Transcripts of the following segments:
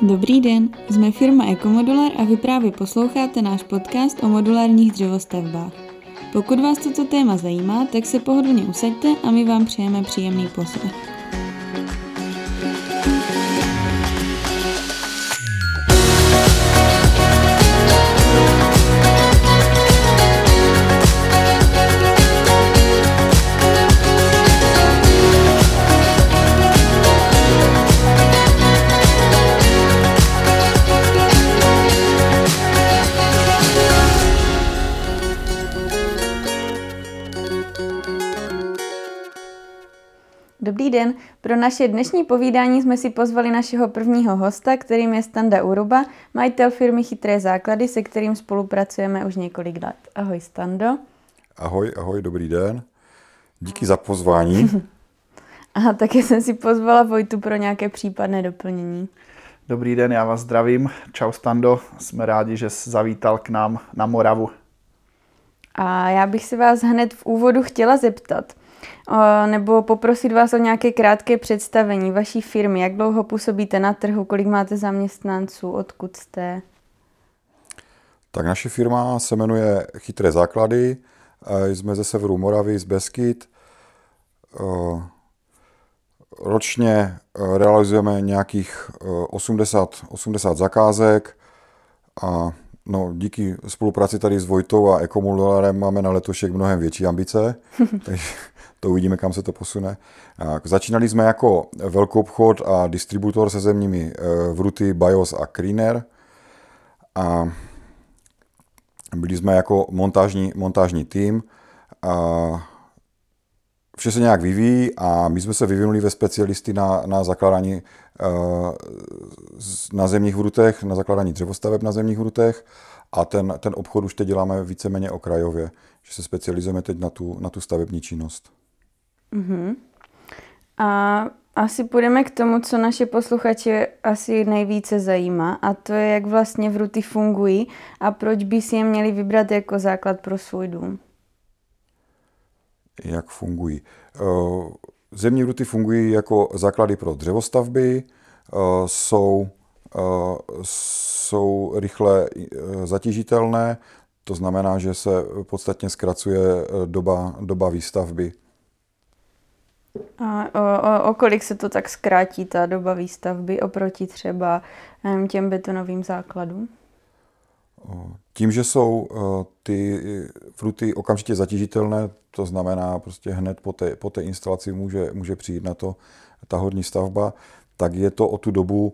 Dobrý den, jsme firma Ekomodular a vy právě posloucháte náš podcast o modulárních dřevostavbách. Pokud vás toto téma zajímá, tak se pohodlně usaďte a my vám přejeme příjemný poslech. Dobrý den, pro naše dnešní povídání jsme si pozvali našeho prvního hosta, kterým je Standa Uruba, majitel firmy Chytré základy, se kterým spolupracujeme už několik let. Ahoj Stando. Ahoj, dobrý den. Díky za pozvání. Aha, také jsem si pozvala Vojtu pro nějaké případné doplnění. Dobrý den, já vás zdravím. Čau Stando, jsme rádi, že jsi zavítal k nám na Moravu. A já bych se vás hned v úvodu chtěla zeptat, nebo poprosit vás o nějaké krátké představení vaší firmy. Jak dlouho působíte na trhu, kolik máte zaměstnanců, odkud jste? Tak naše firma se jmenuje Chytré základy. Jsme ze severu Moravy, z Beskyd. Ročně realizujeme nějakých 80 zakázek a díky spolupráci tady s Vojtou a Ekomodularem máme na letošek mnohem větší ambice, takže to uvidíme, kam se to posune. Začínali jsme jako velkoobchod a distributor se zemními vruty BIOS a Kriner a byli jsme jako montážní tým. Vše se nějak vyvíjí a my jsme se vyvinuli ve specialisty na zakládání na zemních vrutech, na zakládání dřevostaveb na zemních vrutech a ten obchod už teď děláme víceméně okrajově, že se specializujeme teď na tu stavební činnost. Uh-huh. A asi půjdeme k tomu, co naše posluchače asi nejvíce zajímá, a to je, jak vlastně vruty fungují a proč by si je měli vybrat jako základ pro svůj dům. Jak fungují? Zemní vruty fungují jako základy pro dřevostavby, jsou rychle zatížitelné, to znamená, že se podstatně zkracuje doba výstavby. A o kolik se to tak zkrátí, ta doba výstavby, oproti třeba těm betonovým základům? Tím, že jsou ty vruty okamžitě zatížitelné, to znamená prostě hned po té instalaci může přijít na to ta horní stavba, tak je to o tu dobu,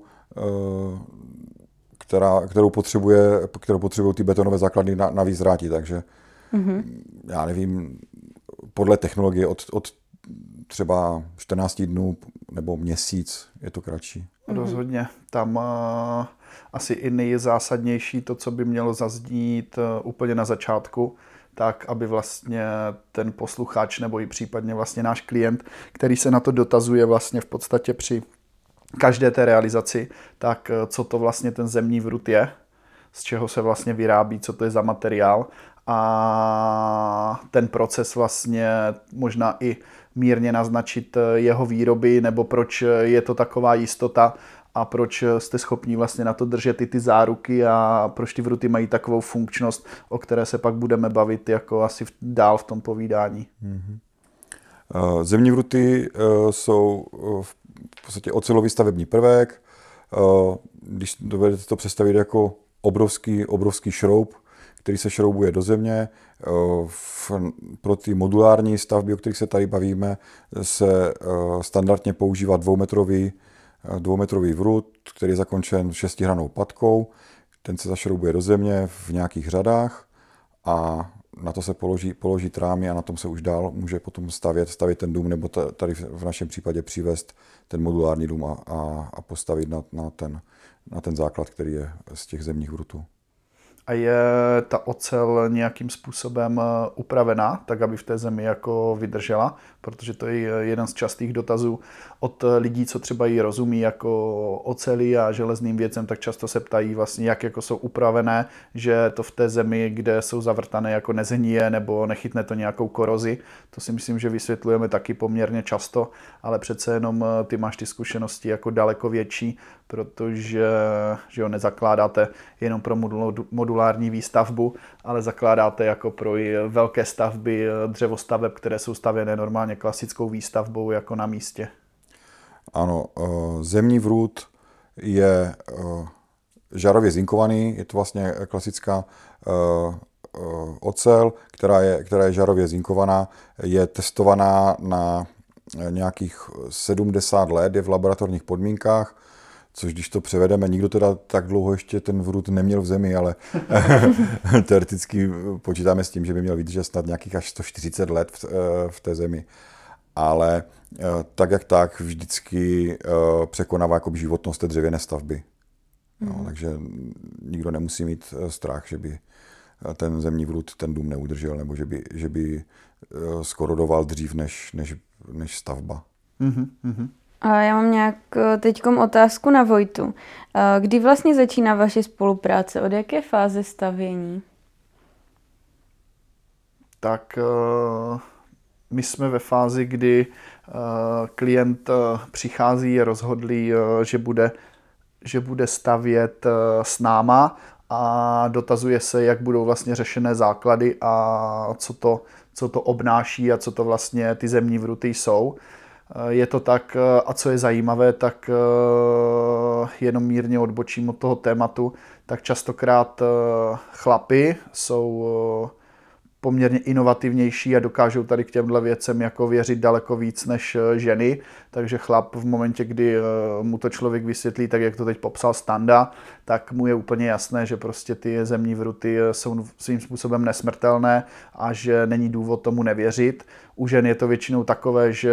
kterou potřebují ty betonové základy navíc vrátit. Takže já nevím, podle technologie od třeba 14 dnů nebo měsíc je to kratší. Rozhodně. Tam asi i nejzásadnější to, co by mělo zaznít úplně na začátku, tak aby vlastně ten posluchač nebo i případně vlastně náš klient, který se na to dotazuje vlastně v podstatě při každé té realizaci, tak co to vlastně ten zemní vrut je, z čeho se vlastně vyrábí, co to je za materiál a ten proces vlastně možná i mírně naznačit jeho výroby nebo proč je to taková jistota a proč jste schopni vlastně na to držet i ty záruky a proč ty vruty mají takovou funkčnost, o které se pak budeme bavit jako asi dál v tom povídání. Zemní vruty jsou v podstatě ocelový stavební prvek. Když dovedete to představit jako obrovský šroub, který se šroubuje do země. Pro ty modulární stavby, o kterých se tady bavíme, se standardně používá dvoumetrový vrut, který je zakončen 6hrannou patkou. Ten se zašroubuje do země v nějakých řadách a na to se položí trámy a na tom se už dál může potom stavět ten dům, nebo tady v našem případě přivést ten modulární dům a postavit na ten základ, který je z těch zemních vrutů. a je ta ocel nějakým způsobem upravená, tak aby v té zemi jako vydržela, protože to je jeden z častých dotazů od lidí, co třeba jí rozumí jako oceli a železným věcem, tak často se ptají vlastně, jak jako jsou upravené, že to v té zemi, kde jsou zavrtané, jako nezhníje nebo nechytne to nějakou korozi. To si myslím, že vysvětlujeme taky poměrně často, ale přece jenom ty máš ty zkušenosti jako daleko větší, protože že jo, nezakládáte jenom pro modulární výstavbu, ale zakládáte jako pro velké stavby dřevostaveb, které jsou stavěné normálně klasickou výstavbou jako na místě. Ano, zemní vrut je žárově zinkovaný, je to vlastně klasická ocel, která je žárově zinkovaná, je testovaná na nějakých 70 let, je v laboratorních podmínkách, což když to převedeme, nikdo teda tak dlouho ještě ten vrut neměl v zemi, ale teoreticky počítáme s tím, že by měl vydržet snad nějakých až 140 let v té zemi. Ale tak jak tak vždycky překonává jako životnost té dřevěné stavby. No, takže nikdo nemusí mít strach, že by ten zemní vrut ten dům neudržel, nebo že by skorodoval dřív než stavba. A já mám nějak teďkom otázku na Vojtu. Kdy vlastně začíná vaše spolupráce? Od jaké fáze stavění? Tak my jsme ve fázi, kdy klient přichází, je rozhodlý, že bude stavět s náma a dotazuje se, jak budou vlastně řešené základy a co to obnáší a co to vlastně ty zemní vruty jsou. Je to tak, a co je zajímavé, tak jenom mírně odbočím od toho tématu, tak častokrát chlapi jsou poměrně inovativnější a dokážou tady k těmhle věcem jako věřit daleko víc než ženy. Takže chlap v momentě, kdy mu to člověk vysvětlí, tak jak to teď popsal Standa, tak mu je úplně jasné, že prostě ty zemní vruty jsou svým způsobem nesmrtelné a že není důvod tomu nevěřit. U žen je to většinou takové, že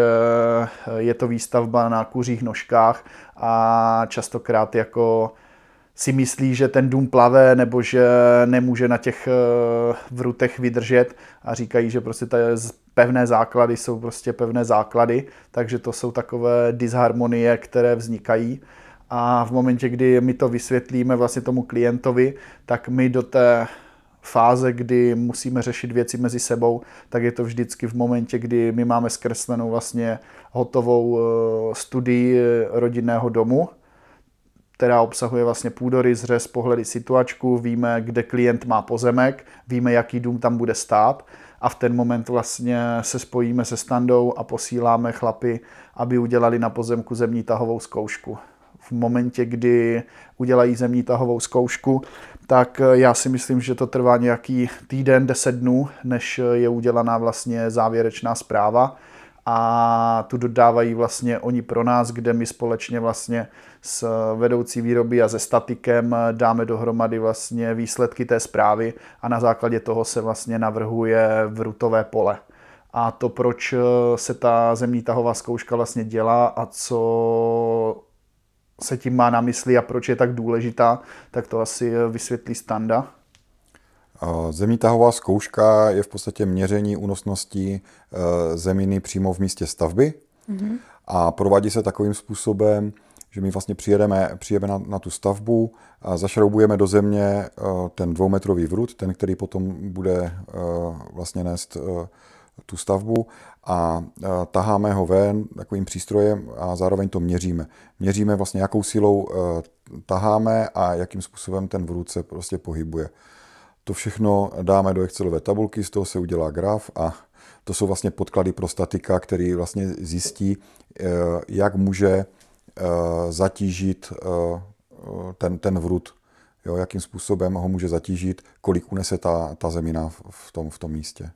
je to výstavba na kuřích nožkách a častokrát jako si myslí, že ten dům plave nebo že nemůže na těch vrutech vydržet a říkají, že prostě pevné základy jsou prostě pevné základy, takže to jsou takové disharmonie, které vznikají. A v momentě, kdy my to vysvětlíme vlastně tomu klientovi, tak my do té fáze, kdy musíme řešit věci mezi sebou, tak je to vždycky v momentě, kdy my máme zkreslenou vlastně hotovou studii rodinného domu, která obsahuje vlastně půdorys, řez, pohledy, situačku, víme, kde klient má pozemek, víme, jaký dům tam bude stát a v ten moment vlastně se spojíme se Standou a posíláme chlapy, aby udělali na pozemku zemní tahovou zkoušku. V momentě, kdy udělají zemní tahovou zkoušku, tak já si myslím, že to trvá nějaký týden, 10 dnů, než je udělaná vlastně závěrečná zpráva. A tu dodávají vlastně oni pro nás, kde my společně vlastně s vedoucí výroby a se statikem dáme dohromady vlastně výsledky té zprávy a na základě toho se vlastně navrhuje vrutové pole. A to, proč se ta zemní tahová zkouška vlastně dělá a co se tím má na mysli a proč je tak důležitá, tak to asi vysvětlí Standa. Zemní tahová zkouška je v podstatě měření únosnosti zeminy přímo v místě stavby a provádí se takovým způsobem, že my vlastně přijeme na tu stavbu a zašroubujeme do země ten 2metrový vrut, ten, který potom bude vlastně nést tu stavbu a taháme ho ven takovým přístrojem a zároveň to měříme. Měříme vlastně, jakou silou taháme a jakým způsobem ten vrut se prostě pohybuje. To všechno dáme do Excelové tabulky, z toho se udělá graf a to jsou vlastně podklady pro statika, který vlastně zjistí, jak může zatížit ten vrut, jo, jakým způsobem ho může zatížit, kolik unese ta zemina v tom místě.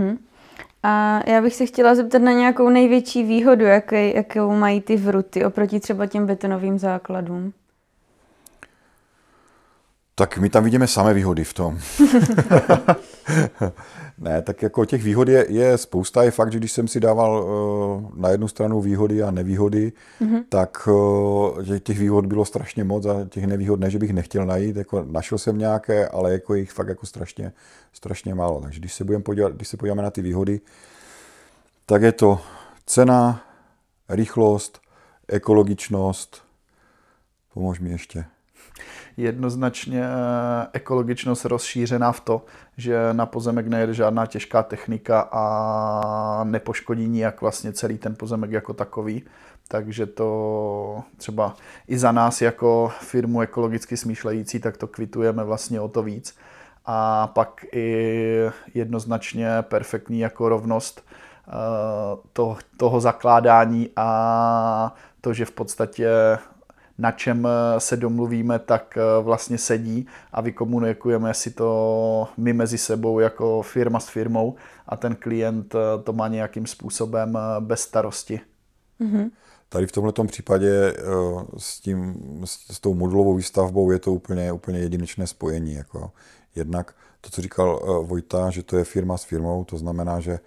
A já bych se chtěla zeptat na nějakou největší výhodu, jakou mají ty vruty oproti třeba těm betonovým základům. Tak my tam vidíme samé výhody v tom. Ne, tak jako těch výhod je spousta. Je fakt, že když jsem si dával na jednu stranu výhody a nevýhody, tak těch výhod bylo strašně moc a těch nevýhod ne, že bych nechtěl najít. Jako našel jsem nějaké, ale jako jich fakt jako strašně málo. Takže když se podíváme na ty výhody, tak je to cena, rychlost, ekologičnost. Pomož mi ještě. Jednoznačně ekologičnost rozšířená v to, že na pozemek nejede žádná těžká technika a nepoškodí nijak vlastně celý ten pozemek jako takový. Takže to třeba i za nás jako firmu ekologicky smýšlející, tak to kvitujeme vlastně o to víc. A pak i jednoznačně perfektní jako rovnost toho zakládání a to, že v podstatě na čem se domluvíme, tak vlastně sedí a vykomunikujeme si to my mezi sebou jako firma s firmou a ten klient to má nějakým způsobem bez starosti. Mm-hmm. Tady v tomhletom případě s tou modulovou výstavbou je to úplně jedinečné spojení. Jako. Jednak to, co říkal Vojta, že to je firma s firmou, to znamená, že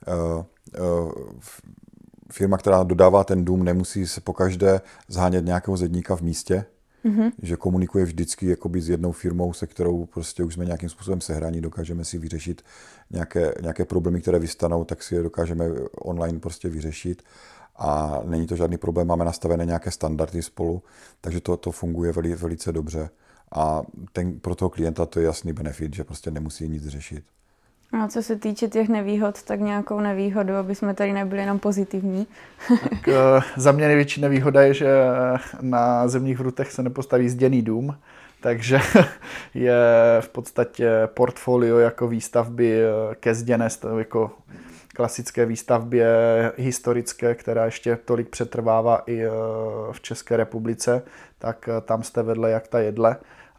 firma, která dodává ten dům, nemusí se pokaždé zhánět nějakého zedníka v místě, že komunikuje vždycky jakoby s jednou firmou, se kterou prostě už jsme nějakým způsobem sehraní, dokážeme si vyřešit nějaké problémy, které vystanou, tak si je dokážeme online prostě vyřešit a není to žádný problém, máme nastavené nějaké standardy spolu, takže to funguje velice dobře a pro toho klienta to je jasný benefit, že prostě nemusí nic řešit. A co se týče těch nevýhod, tak nějakou nevýhodu, aby jsme tady nebyli jenom pozitivní. Tak, za mě největší nevýhoda je, že na Zemních vrutech se nepostaví zděný dům, takže je v podstatě portfolio jako výstavby ke zděné, jako klasické výstavbě historické, která ještě tolik přetrvává i v České republice, tak tam jste vedle jak ta jedle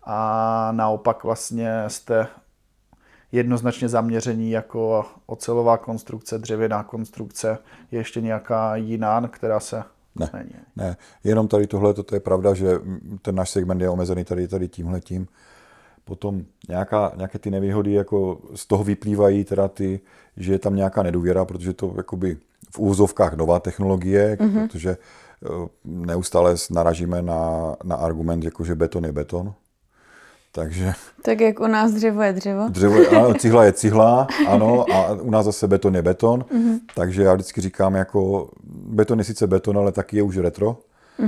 a naopak vlastně jste jednoznačně zaměření jako ocelová konstrukce, dřevěná konstrukce, je ještě nějaká jiná, která se... Ne, jenom tady tohle, to je pravda, že ten náš segment je omezený tady tímhletím. Potom nějaké ty nevýhody jako z toho vyplývají teda že je tam nějaká nedůvěra, protože to jakoby v úvozovkách nová technologie, protože neustále naražíme na argument, jako že beton je beton. Takže... Tak jak u nás dřevo je dřevo. Ano, cihla je cihla, ano, a u nás zase beton je beton. Takže já vždycky říkám, jako beton je sice beton, ale taky je už retro.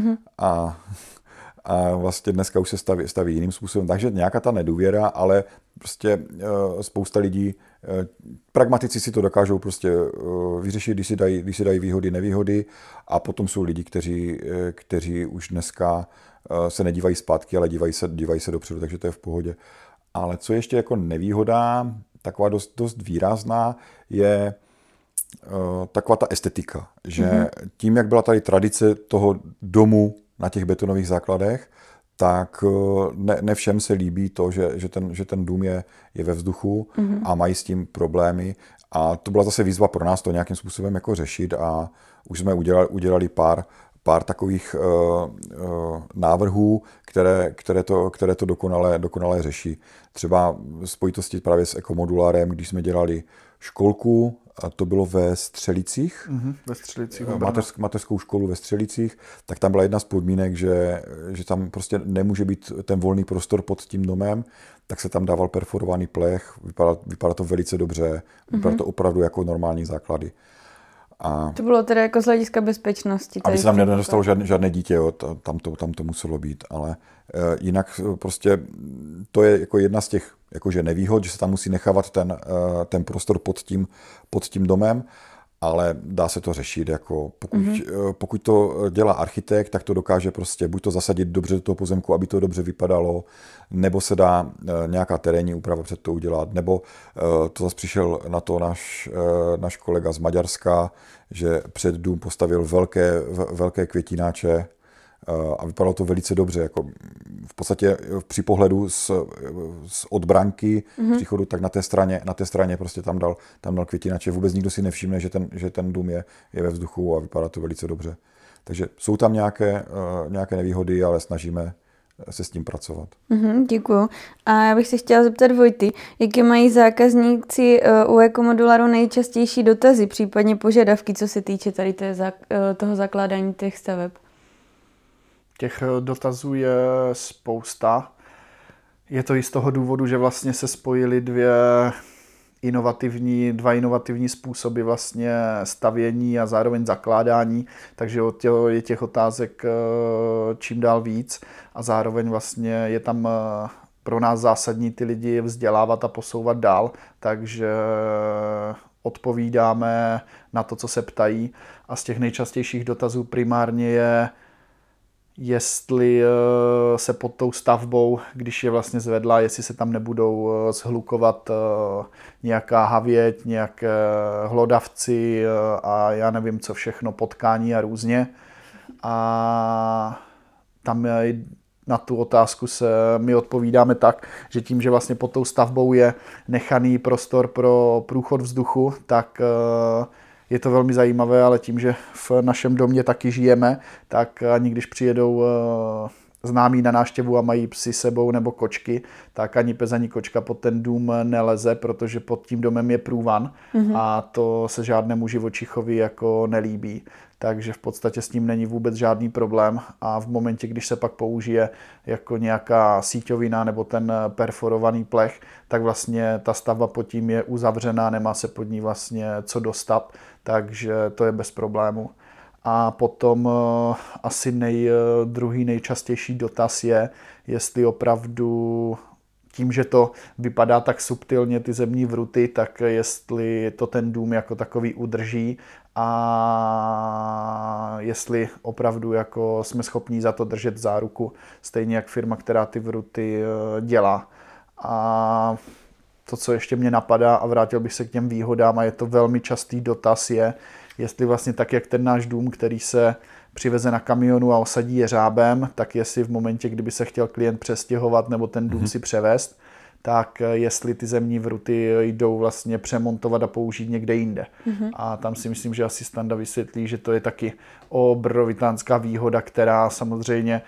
A vlastně dneska už se staví jiným způsobem. Takže nějaká ta nedůvěra, ale prostě spousta lidí, pragmatici si to dokážou prostě vyřešit, když si dají výhody, nevýhody. A potom jsou lidi, kteří už dneska se nedívají zpátky, ale dívají se dopředu, takže to je v pohodě. Ale co ještě jako nevýhoda, taková dost výrazná, je taková ta estetika, že tím, jak byla tady tradice toho domu na těch betonových základech, tak ne všem se líbí to, že ten dům je ve vzduchu a mají s tím problémy. A to byla zase výzva pro nás to nějakým způsobem jako řešit a už jsme udělali pár takových návrhů, které to dokonale řeší. Třeba v spojitosti právě s ekomodulárem, když jsme dělali školku, a to bylo ve Střelicích, ve Střelicích mateřskou školu ve Střelicích, tak tam byla jedna z podmínek, že tam prostě nemůže být ten volný prostor pod tím domem, tak se tam dával perforovaný plech, vypadá to velice dobře, vypadá to opravdu jako normální základy. A to bylo teda jako z hlediska bezpečnosti. Aby se tam nedostalo žádné dítě, jo, tam to muselo být, ale jinak prostě to je jako jedna z těch jakože nevýhod, že se tam musí nechávat ten prostor pod tím domem, ale dá se to řešit, jako pokud to dělá architekt, tak to dokáže prostě buď to zasadit dobře do toho pozemku, aby to dobře vypadalo, nebo se dá nějaká terénní úprava před to udělat, nebo to zase přišel na to náš kolega z Maďarska, že před dům postavil velké květináče a vypadalo to velice dobře. Jako v podstatě při pohledu od branky příchodu, tak na té straně prostě tam dal květináče. Vůbec nikdo si nevšimne, že ten dům je ve vzduchu a vypadá to velice dobře. Takže jsou tam nějaké nevýhody, ale se s tím pracovat. Děkuju. A já bych se chtěla zeptat Vojty, jaké mají zákazníci u Ekomodularu nejčastější dotazy, případně požadavky, co se týče tady toho zakládání těch staveb? Těch dotazů je spousta. Je to i z toho důvodu, že vlastně se spojily dva inovativní způsoby vlastně stavění a zároveň zakládání, takže je těch otázek čím dál víc a zároveň vlastně je tam pro nás zásadní ty lidi vzdělávat a posouvat dál, takže odpovídáme na to, co se ptají a z těch nejčastějších dotazů primárně je, jestli se pod tou stavbou, když je vlastně zvedla, jestli se tam nebudou shlukovat nějaká havěť, nějaké hlodavci a já nevím co všechno, potkání a různě. A tam na tu otázku my odpovídáme tak, že tím, že vlastně pod tou stavbou je nechaný prostor pro průchod vzduchu, tak je to velmi zajímavé, ale tím, že v našem domě taky žijeme, tak ani když přijedou známí na návštěvu a mají psy sebou nebo kočky, tak ani pes, ani kočka pod ten dům neleze, protože pod tím domem je průvan a to se žádnému živočichovi jako nelíbí. Takže v podstatě s tím není vůbec žádný problém a v momentě, když se pak použije jako nějaká síťovina nebo ten perforovaný plech, tak vlastně ta stavba pod tím je uzavřená, nemá se pod ní vlastně co dostat, takže to je bez problému. A potom asi druhý nejčastější dotaz je, jestli opravdu tím, že to vypadá tak subtilně ty zemní vruty, tak jestli to ten dům jako takový udrží a jestli opravdu jako jsme schopní za to držet záruku, stejně jak firma, která ty vruty dělá. A to, co ještě mě napadá a vrátil bych se k těm výhodám a je to velmi častý dotaz je, jestli vlastně tak, jak ten náš dům, který se přiveze na kamionu a osadí jeřábem, tak jestli v momentě, kdyby se chtěl klient přestěhovat nebo ten dům si převést, tak jestli ty zemní vruty jdou vlastně přemontovat a použít někde jinde. A tam si myslím, že asi Standa vysvětlí, že to je taky obrovitánská výhoda, která samozřejmě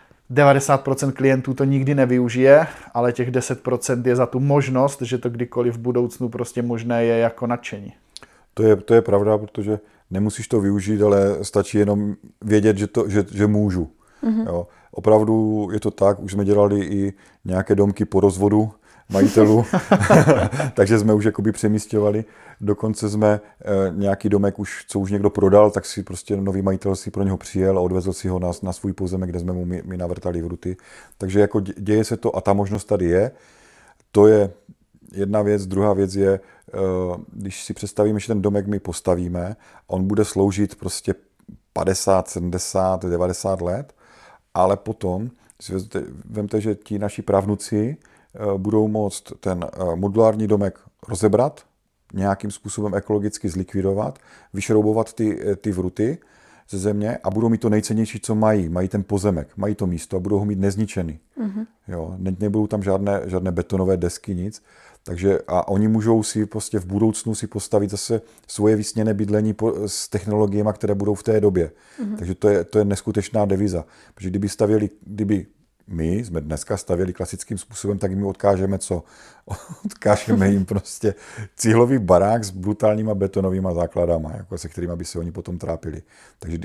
90% klientů to nikdy nevyužije, ale těch 10% je za tu možnost, že to kdykoliv v budoucnu prostě možné je jako nadšení. To je pravda, protože nemusíš to využít, ale stačí jenom vědět, že můžu. Jo. Opravdu je to tak, už jsme dělali i nějaké domky po rozvodu majitelů, takže jsme už jakoby přemístěvali. Dokonce jsme nějaký domek, co už někdo prodal, tak si prostě nový majitel si pro něho přijel a odvezl si ho na svůj pozemek, kde jsme mu my navrtali vruty. Takže jako děje se to a ta možnost tady je. To je jedna věc. Druhá věc je, když si představíme, že ten domek my postavíme, on bude sloužit prostě 50, 70, 90 let, ale potom si vemte, že ti naši právnuci budou moct ten modulární domek rozebrat, nějakým způsobem ekologicky zlikvidovat, vyšroubovat ty vruty ze země a budou mít to nejcennější, co mají. Mají ten pozemek, mají to místo a budou ho mít nezničený. Jo, nebudou tam žádné betonové desky, nic. Takže a oni můžou si prostě v budoucnu si postavit zase svoje vysněné bydlení s technologiemi, které budou v té době. Takže to je neskutečná deviza. Protože kdyby my jsme dneska stavěli klasickým způsobem, tak jim odkážeme co? Odkážeme jim prostě cihlový barák s brutálníma betonovýma základama, jako se kterými by se oni potom trápili. Takže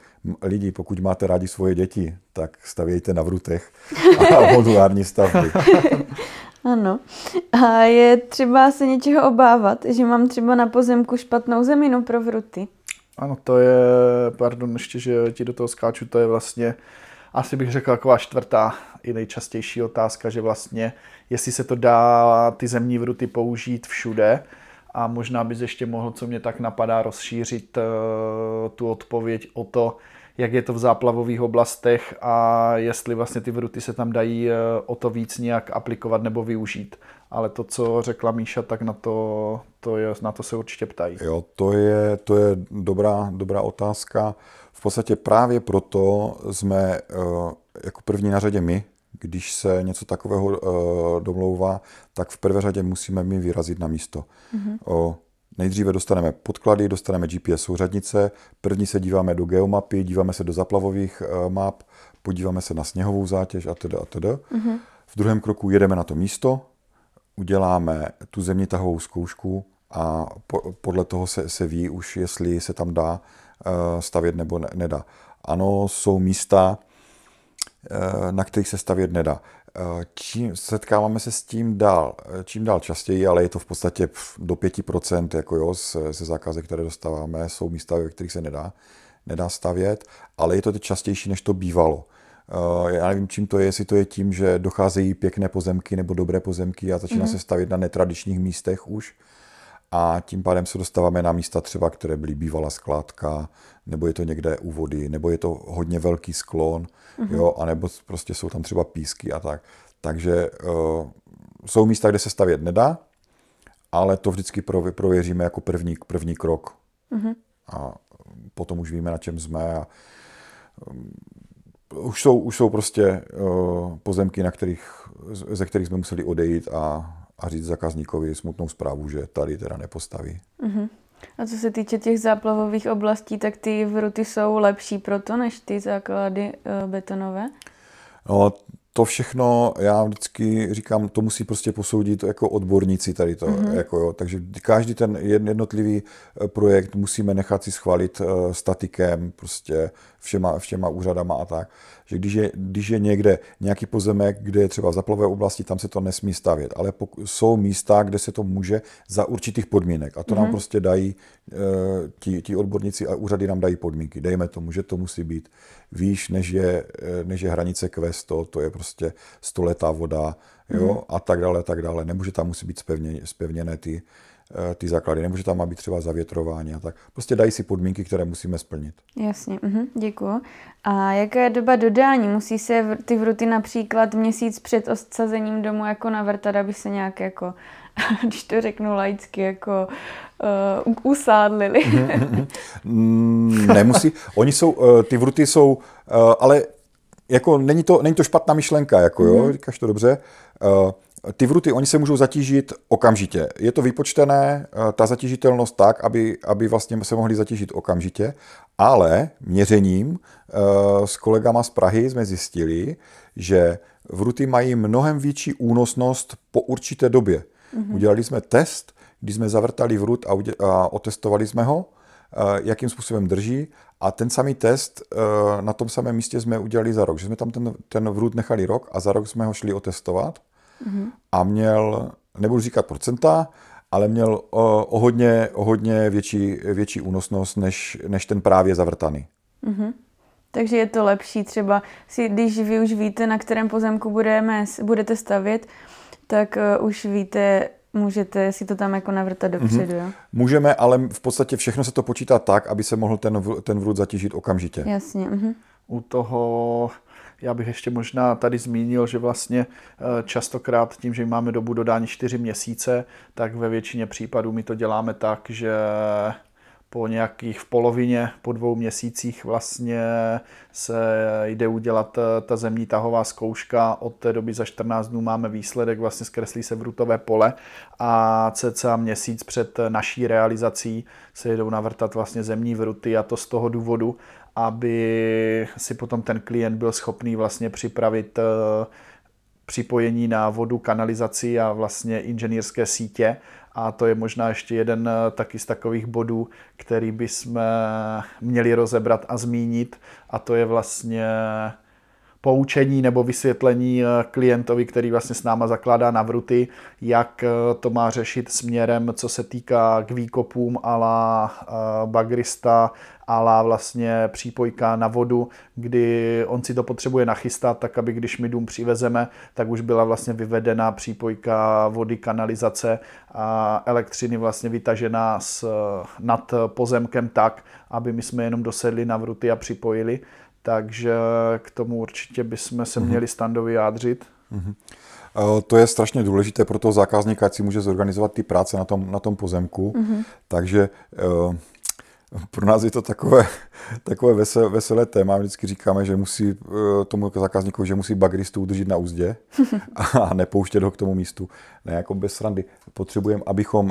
pokud máte rádi svoje děti, tak stavějte na vrutech a modulární stavby. Ano. A je třeba se něčeho obávat, že mám třeba na pozemku špatnou zeminu pro vruty? Ano, to je, ještě, že ti do toho skáču, to je vlastně, asi bych řekl, taková čtvrtá i nejčastější otázka, že vlastně, jestli se to dá ty zemní vruty použít všude a možná bys ještě mohl, co mě tak napadá, rozšířit tu odpověď o to, jak je to v záplavových oblastech a jestli vlastně ty vruty se tam dají o to víc nějak aplikovat nebo využít. Ale to, co řekla Míša, tak na to se určitě ptají. Jo, to je dobrá otázka. V podstatě právě proto jsme jako první na řadě my, když se něco takového domlouvá, tak v prvé řadě musíme my vyrazit na místo. nejdříve dostaneme podklady, dostaneme GPS souřadnice, první se díváme do geomapy, díváme se do zaplavových map, podíváme se na sněhovou zátěž a teda. V druhém kroku jedeme na to místo, uděláme tu zemětahovou zkoušku a podle toho se ví už, jestli se tam dá stavět nebo nedá. Ano, jsou místa, na kterých se stavět nedá. Setkáváme se s tím čím dál častěji, ale je to v podstatě do 5% jako ze zákazek, které dostáváme, jsou místa, ve kterých se nedá stavět, ale je to teď častější, než to bývalo. Já nevím, čím to je, jestli to je tím, že docházejí pěkné pozemky nebo dobré pozemky a začíná se stavět na netradičních místech už. A tím pádem se dostáváme na místa třeba, které byly bývalá skládka, nebo je to někde u vody, nebo je to hodně velký sklon, jo, anebo prostě jsou tam třeba písky a tak. Takže jsou místa, kde se stavět nedá, ale to vždycky prověříme jako první krok. A potom už víme, na čem jsme. A už jsou prostě pozemky, ze kterých jsme museli odejít a říct zákazníkovi smutnou zprávu, že tady teda nepostaví. A co se týče těch záplavových oblastí, tak ty vruty jsou lepší proto, než ty základy betonové? No, to všechno, já vždycky říkám, to musí prostě posoudit jako odborníci tady to. Takže každý ten jednotlivý projekt musíme nechat si schválit statikem, prostě všema úřadama a tak. Že když je někde nějaký pozemek, kde je třeba v zaplavové oblasti, tam se to nesmí stavět, ale jsou místa, kde se to může za určitých podmínek a to nám prostě dají ti odborníci a úřady nám dají podmínky. Dejme tomu, že to musí být výš, než je hranice Q100, to je prostě 100letá voda, jo, a tak dále. Nemůže tam musí být zpevněné ty základy, nemůže tam být třeba zavětrování a tak. Prostě dají si podmínky, které musíme splnit. Jasně, děkuju. A jaká je doba dodání? Musí se ty vruty například měsíc před odsazením domu jako navrtat, aby se nějak jako, když to řeknu laicky, jako usádlili? Nemusí. Ty vruty jsou, ale jako není to špatná myšlenka, jako jo, říkáš to dobře. Ty vruty, oni se můžou zatížit okamžitě. Je to vypočtené, ta zatížitelnost tak, aby vlastně se mohli zatížit okamžitě, ale měřením s kolegama z Prahy jsme zjistili, že vruty mají mnohem větší únosnost po určité době. Udělali jsme test, kdy jsme zavrtali vrut a otestovali jsme ho, jakým způsobem drží, a ten samý test na tom samém místě jsme udělali za rok. Že jsme tam ten vrut nechali rok a za rok jsme ho šli otestovat. A měl, nebudu říkat procenta, ale měl o hodně větší únosnost než ten právě zavrtaný. Takže je to lepší třeba, když vy už víte, na kterém pozemku budete stavět, tak už víte, můžete si to tam jako navrtat dopředu, jo? Můžeme, ale v podstatě všechno se to počítá tak, aby se mohl ten vrut zatížit okamžitě. Jasně. U toho já bych ještě možná tady zmínil, že vlastně častokrát tím, že máme dobu dodání 4 měsíce, tak ve většině případů my to děláme tak, že v polovině, po 2 měsících vlastně se jde udělat ta zemní tahová zkouška. Od té doby za 14 dnů máme výsledek, vlastně zkreslí se vrutové pole a cca měsíc před naší realizací se jedou navrtat vlastně zemní vruty, a to z toho důvodu, aby si potom ten klient byl schopný vlastně připravit připojení na vodu, kanalizaci a vlastně inženýrské sítě. A to je možná ještě jeden taky z takových bodů, který bychom měli rozebrat a zmínit. A to je vlastně poučení nebo vysvětlení klientovi, který vlastně s náma zakládá na vruty, jak to má řešit směrem, co se týká k výkopům a la bagrista, a la vlastně přípojka na vodu, kdy on si to potřebuje nachystat, tak aby když my dům přivezeme, tak už byla vlastně vyvedena přípojka vody, kanalizace a elektřiny vlastně vytažená nad pozemkem tak, aby my jsme jenom dosedli na vruty a připojili. Takže k tomu určitě bychom se měli standově jádřit. To je strašně důležité pro toho zákazníka, ať si může zorganizovat ty práce na tom pozemku. Takže Pro nás je to takové veselé téma. Vždycky říkáme, že musí tomu zákazníkovi, že musí bagristu udržet na úzdě a nepouštět ho k tomu místu. Ne, jako bez srandy. Potřebujeme, abychom,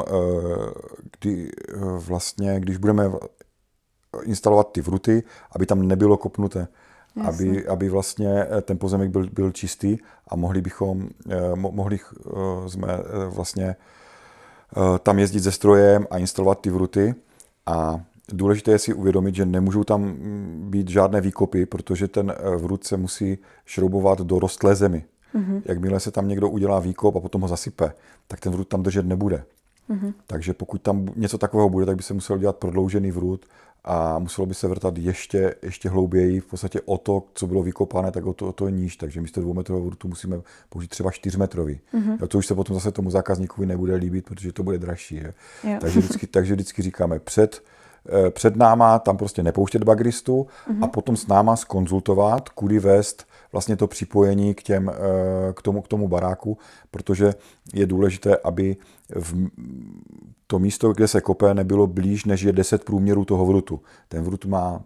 když budeme instalovat ty vruty, aby tam nebylo kopnuté. Aby vlastně ten pozemek byl čistý a mohli jsme vlastně tam jezdit se strojem a instalovat ty vruty. A důležité je si uvědomit, že nemůžou tam být žádné výkopy, protože ten vrut se musí šroubovat do rostlé zemi. Mm-hmm. Jakmile se tam někdo udělá výkop a potom ho zasype, tak ten vrut tam držet nebude. Mm-hmm. Takže pokud tam něco takového bude, tak by se musel dělat prodloužený vrut a muselo by se vrtat ještě hlouběji, v podstatě o to, co bylo vykopané, tak o to níž. Takže místo 2metrového vrutu musíme použít třeba 4metrový. Mm-hmm. To už se potom zase tomu zákazníkovi nebude líbit, protože to bude dražší. Takže vždycky říkáme před náma tam prostě nepouštět bagristu a potom s náma zkonzultovat, kudy vést vlastně to připojení k tomu baráku, protože je důležité, aby to místo, kde se kope, nebylo blíž, než je 10 průměrů toho vrutu. Ten vrut má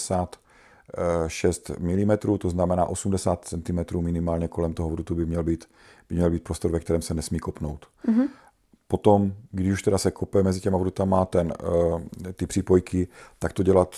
76 mm, to znamená 80 cm minimálně kolem toho vrutu by měl být prostor, ve kterém se nesmí kopnout. Mm-hmm. Potom, když už teda se kope mezi těma vrutama ty přípojky, tak to dělat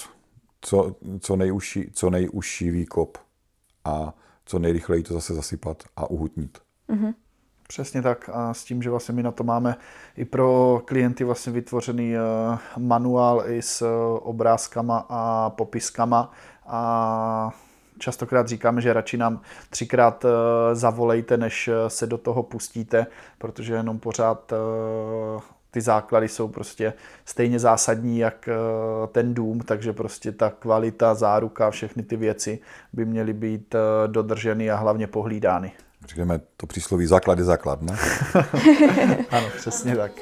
co nejužší výkop a co nejrychleji to zase zasypat a uhutnit. Mm-hmm. Přesně tak a s tím, že vlastně my na to máme i pro klienty vlastně vytvořený manuál i s obrázkama a popiskama a častokrát říkáme, že radši nám 3krát zavolejte, než se do toho pustíte, protože jenom pořád ty základy jsou prostě stejně zásadní jak ten dům, takže prostě ta kvalita, záruka, všechny ty věci by měly být dodrženy a hlavně pohlídány. Říkáme to přísloví základ je základ, ne? Ano, přesně tak.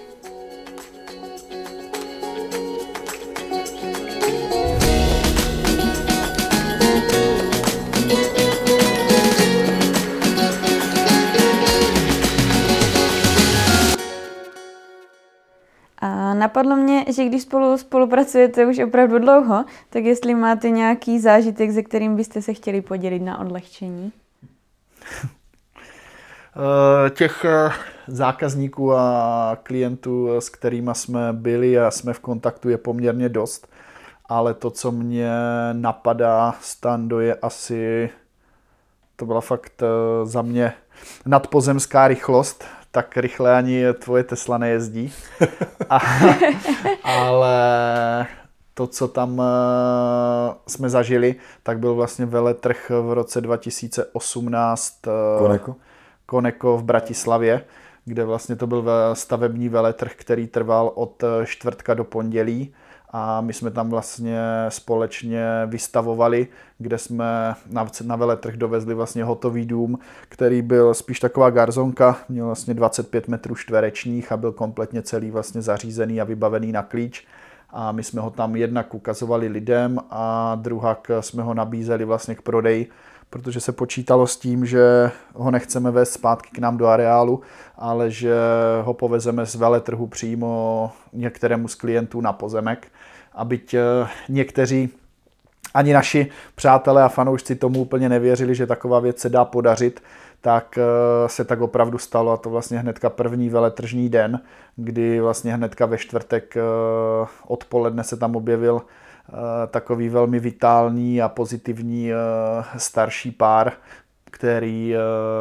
A napadlo mě, že když spolupracujete už opravdu dlouho, tak jestli máte nějaký zážitek, se kterým byste se chtěli podělit na odlehčení? Těch zákazníků a klientů, s kterými jsme byli a jsme v kontaktu, je poměrně dost, ale to, co mě napadá, Stando, je asi, to byla fakt za mě nadpozemská rychlost, tak rychle ani tvoje Tesla nejezdí, ale to, co tam jsme zažili, tak byl vlastně veletrh v roce 2018 Koneko v Bratislavě, kde vlastně to byl stavební veletrh, který trval od čtvrtka do pondělí a my jsme tam vlastně společně vystavovali, kde jsme na veletrh dovezli vlastně hotový dům, který byl spíš taková garzonka, měl vlastně 25 metrů čtverečních a byl kompletně celý vlastně zařízený a vybavený na klíč. A my jsme ho tam jednak ukazovali lidem a druhak jsme ho nabízeli vlastně k prodeji, protože se počítalo s tím, že ho nechceme vést zpátky k nám do areálu, ale že ho povezeme z veletrhu přímo některému z klientů na pozemek. A byť někteří, ani naši přátelé a fanoušci tomu úplně nevěřili, že taková věc se dá podařit, tak se tak opravdu stalo a to vlastně hnedka první veletržní den, kdy vlastně hnedka ve čtvrtek odpoledne se tam objevil takový velmi vitální a pozitivní starší pár, který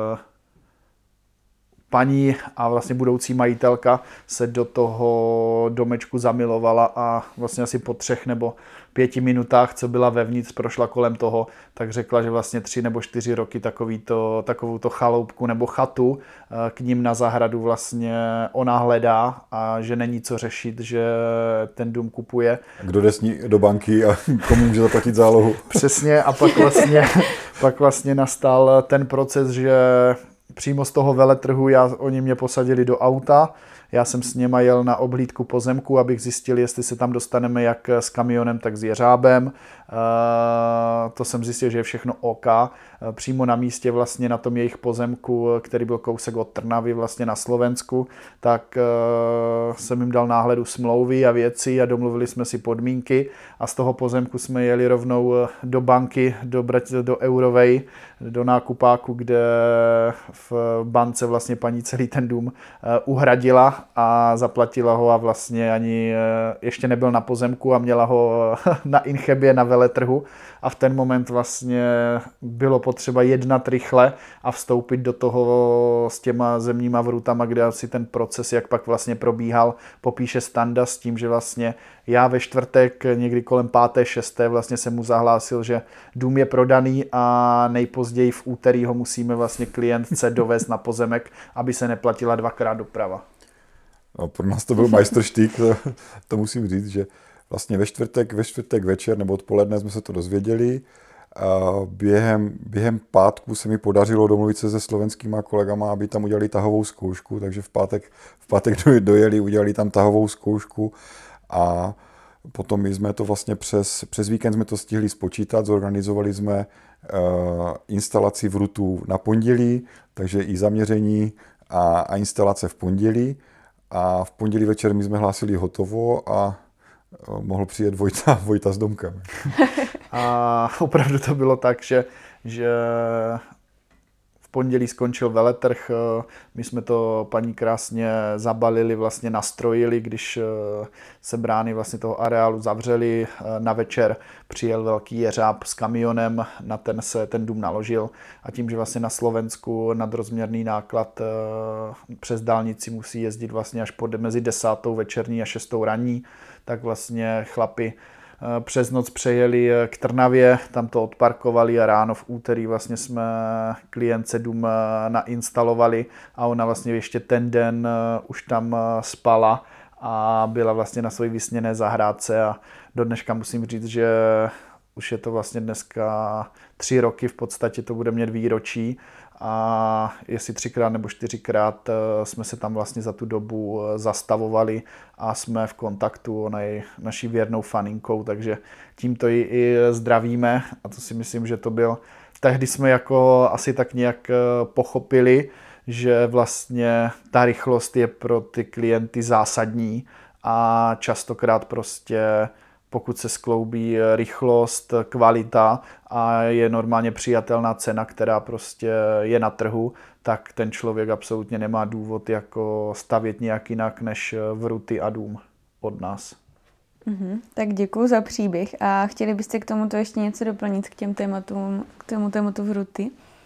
paní a vlastně budoucí majitelka se do toho domečku zamilovala a vlastně asi po 3 nebo 5 minutách, co byla vevnitř, prošla kolem toho, tak řekla, že vlastně 3 nebo 4 roky takovouto chaloupku nebo chatu k ním na zahradu vlastně ona hledá a že není co řešit, že ten dům kupuje. Kdo jde s ní do banky a komu může zaplatit zálohu. Přesně a pak vlastně nastal ten proces, že přímo z toho veletrhu oni mě posadili do auta, já jsem s něma jel na obhlídku pozemku, abych zjistil, jestli se tam dostaneme jak s kamionem, tak s jeřábem. To jsem zjistil, že je všechno OK. Přímo na místě vlastně na tom jejich pozemku, který byl kousek od Trnavy vlastně na Slovensku, tak jsem jim dal náhledu smlouvy a věci a domluvili jsme si podmínky a z toho pozemku jsme jeli rovnou do banky, do Eurovej, do nákupáku, kde v bance vlastně paní celý ten dům uhradila a zaplatila ho a vlastně ani ještě nebyl na pozemku a měla ho na Inchebě, na veletrhu a v ten moment vlastně bylo potřeba jednat rychle a vstoupit do toho s těma zemníma vrutama, kde asi ten proces, jak pak vlastně probíhal, popíše Standa s tím, že vlastně já ve čtvrtek někdy kolem 5. 6. vlastně jsem mu zahlásil, že dům je prodaný a nejpozději v úterý ho musíme vlastně klientce dovést na pozemek, aby se neplatila 2krát doprava. No, pro nás to byl majstrštyk, to musím říct, že vlastně ve čtvrtek večer nebo odpoledne jsme se to dozvěděli. A během pátku se mi podařilo domluvit se se slovenskýma kolegama, aby tam udělali tahovou zkoušku, takže v pátek dojeli, udělali tam tahovou zkoušku a potom jsme to vlastně přes víkend jsme to stihli spočítat, zorganizovali jsme instalaci vrutů na pondělí, takže i zaměření a instalace v pondělí. A v pondělí večer my jsme hlásili hotovo a mohl přijet Vojta s domkem. A opravdu to bylo tak, že v pondělí skončil veletrh, my jsme to paní krásně zabalili, vlastně nastrojili, když se brány vlastně toho areálu zavřely, na večer přijel velký jeřáb s kamionem, na ten se ten dům naložil a tím, že vlastně na Slovensku nadrozměrný náklad přes dálnici musí jezdit vlastně až mezi 10. večerní a 6. ranní, tak vlastně chlapi přes noc přejeli k Trnavě, tam to odparkovali a ráno v úterý vlastně jsme klientce dům nainstalovali a ona vlastně ještě ten den už tam spala a byla vlastně na své vysněné zahrádce a do dneška musím říct, že už je to vlastně dneska 3 roky, v podstatě to bude mít výročí a jestli 3krát nebo 4krát jsme se tam vlastně za tu dobu zastavovali a jsme v kontaktu, ona je naší věrnou faninkou, takže tímto ji i zdravíme a to si myslím, že to byl, tehdy jsme jako asi tak nějak pochopili, že vlastně ta rychlost je pro ty klienty zásadní a častokrát prostě pokud se skloubí rychlost, kvalita a je normálně přijatelná cena, která prostě je na trhu, tak ten člověk absolutně nemá důvod jako stavět nějak jinak než vruty a dům od nás. Tak děkuji za příběh a chtěli byste k tomuto ještě něco doplnit k těm tématům, k tomu tématu vruty?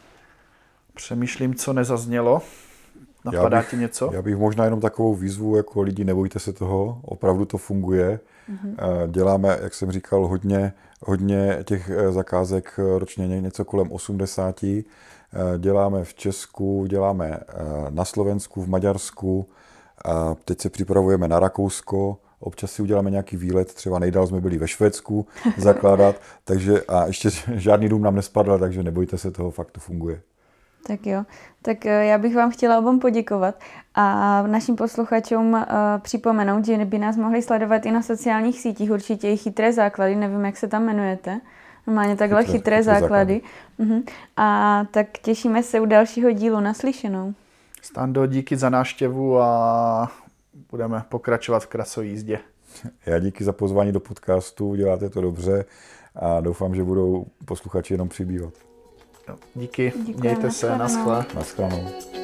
Přemýšlím, co nezaznělo. Napadá ti něco? Já bych možná jenom takovou výzvu, jako lidi, nebojte se toho, opravdu to funguje. Děláme, jak jsem říkal, hodně těch zakázek ročně, něco kolem 80. Děláme v Česku, děláme na Slovensku, v Maďarsku, a teď se připravujeme na Rakousko, občas si uděláme nějaký výlet, třeba nejdál jsme byli ve Švédsku zakládat, takže a ještě žádný dům nám nespadl, takže nebojte se toho, fakt to funguje. Tak jo, tak já bych vám chtěla obom poděkovat a našim posluchačům připomenout, že by nás mohli sledovat i na sociálních sítích, určitě i Chytré základy, nevím, jak se tam jmenujete, normálně takhle chytré základy. A tak těšíme se u dalšího dílu, naslyšenou. Stando, díky za návštěvu a budeme pokračovat v krasojízdě. Já díky za pozvání do podcastu, děláte to dobře a doufám, že budou posluchači jenom přibývat. Díky, mějte se, naschle. Naschledanou.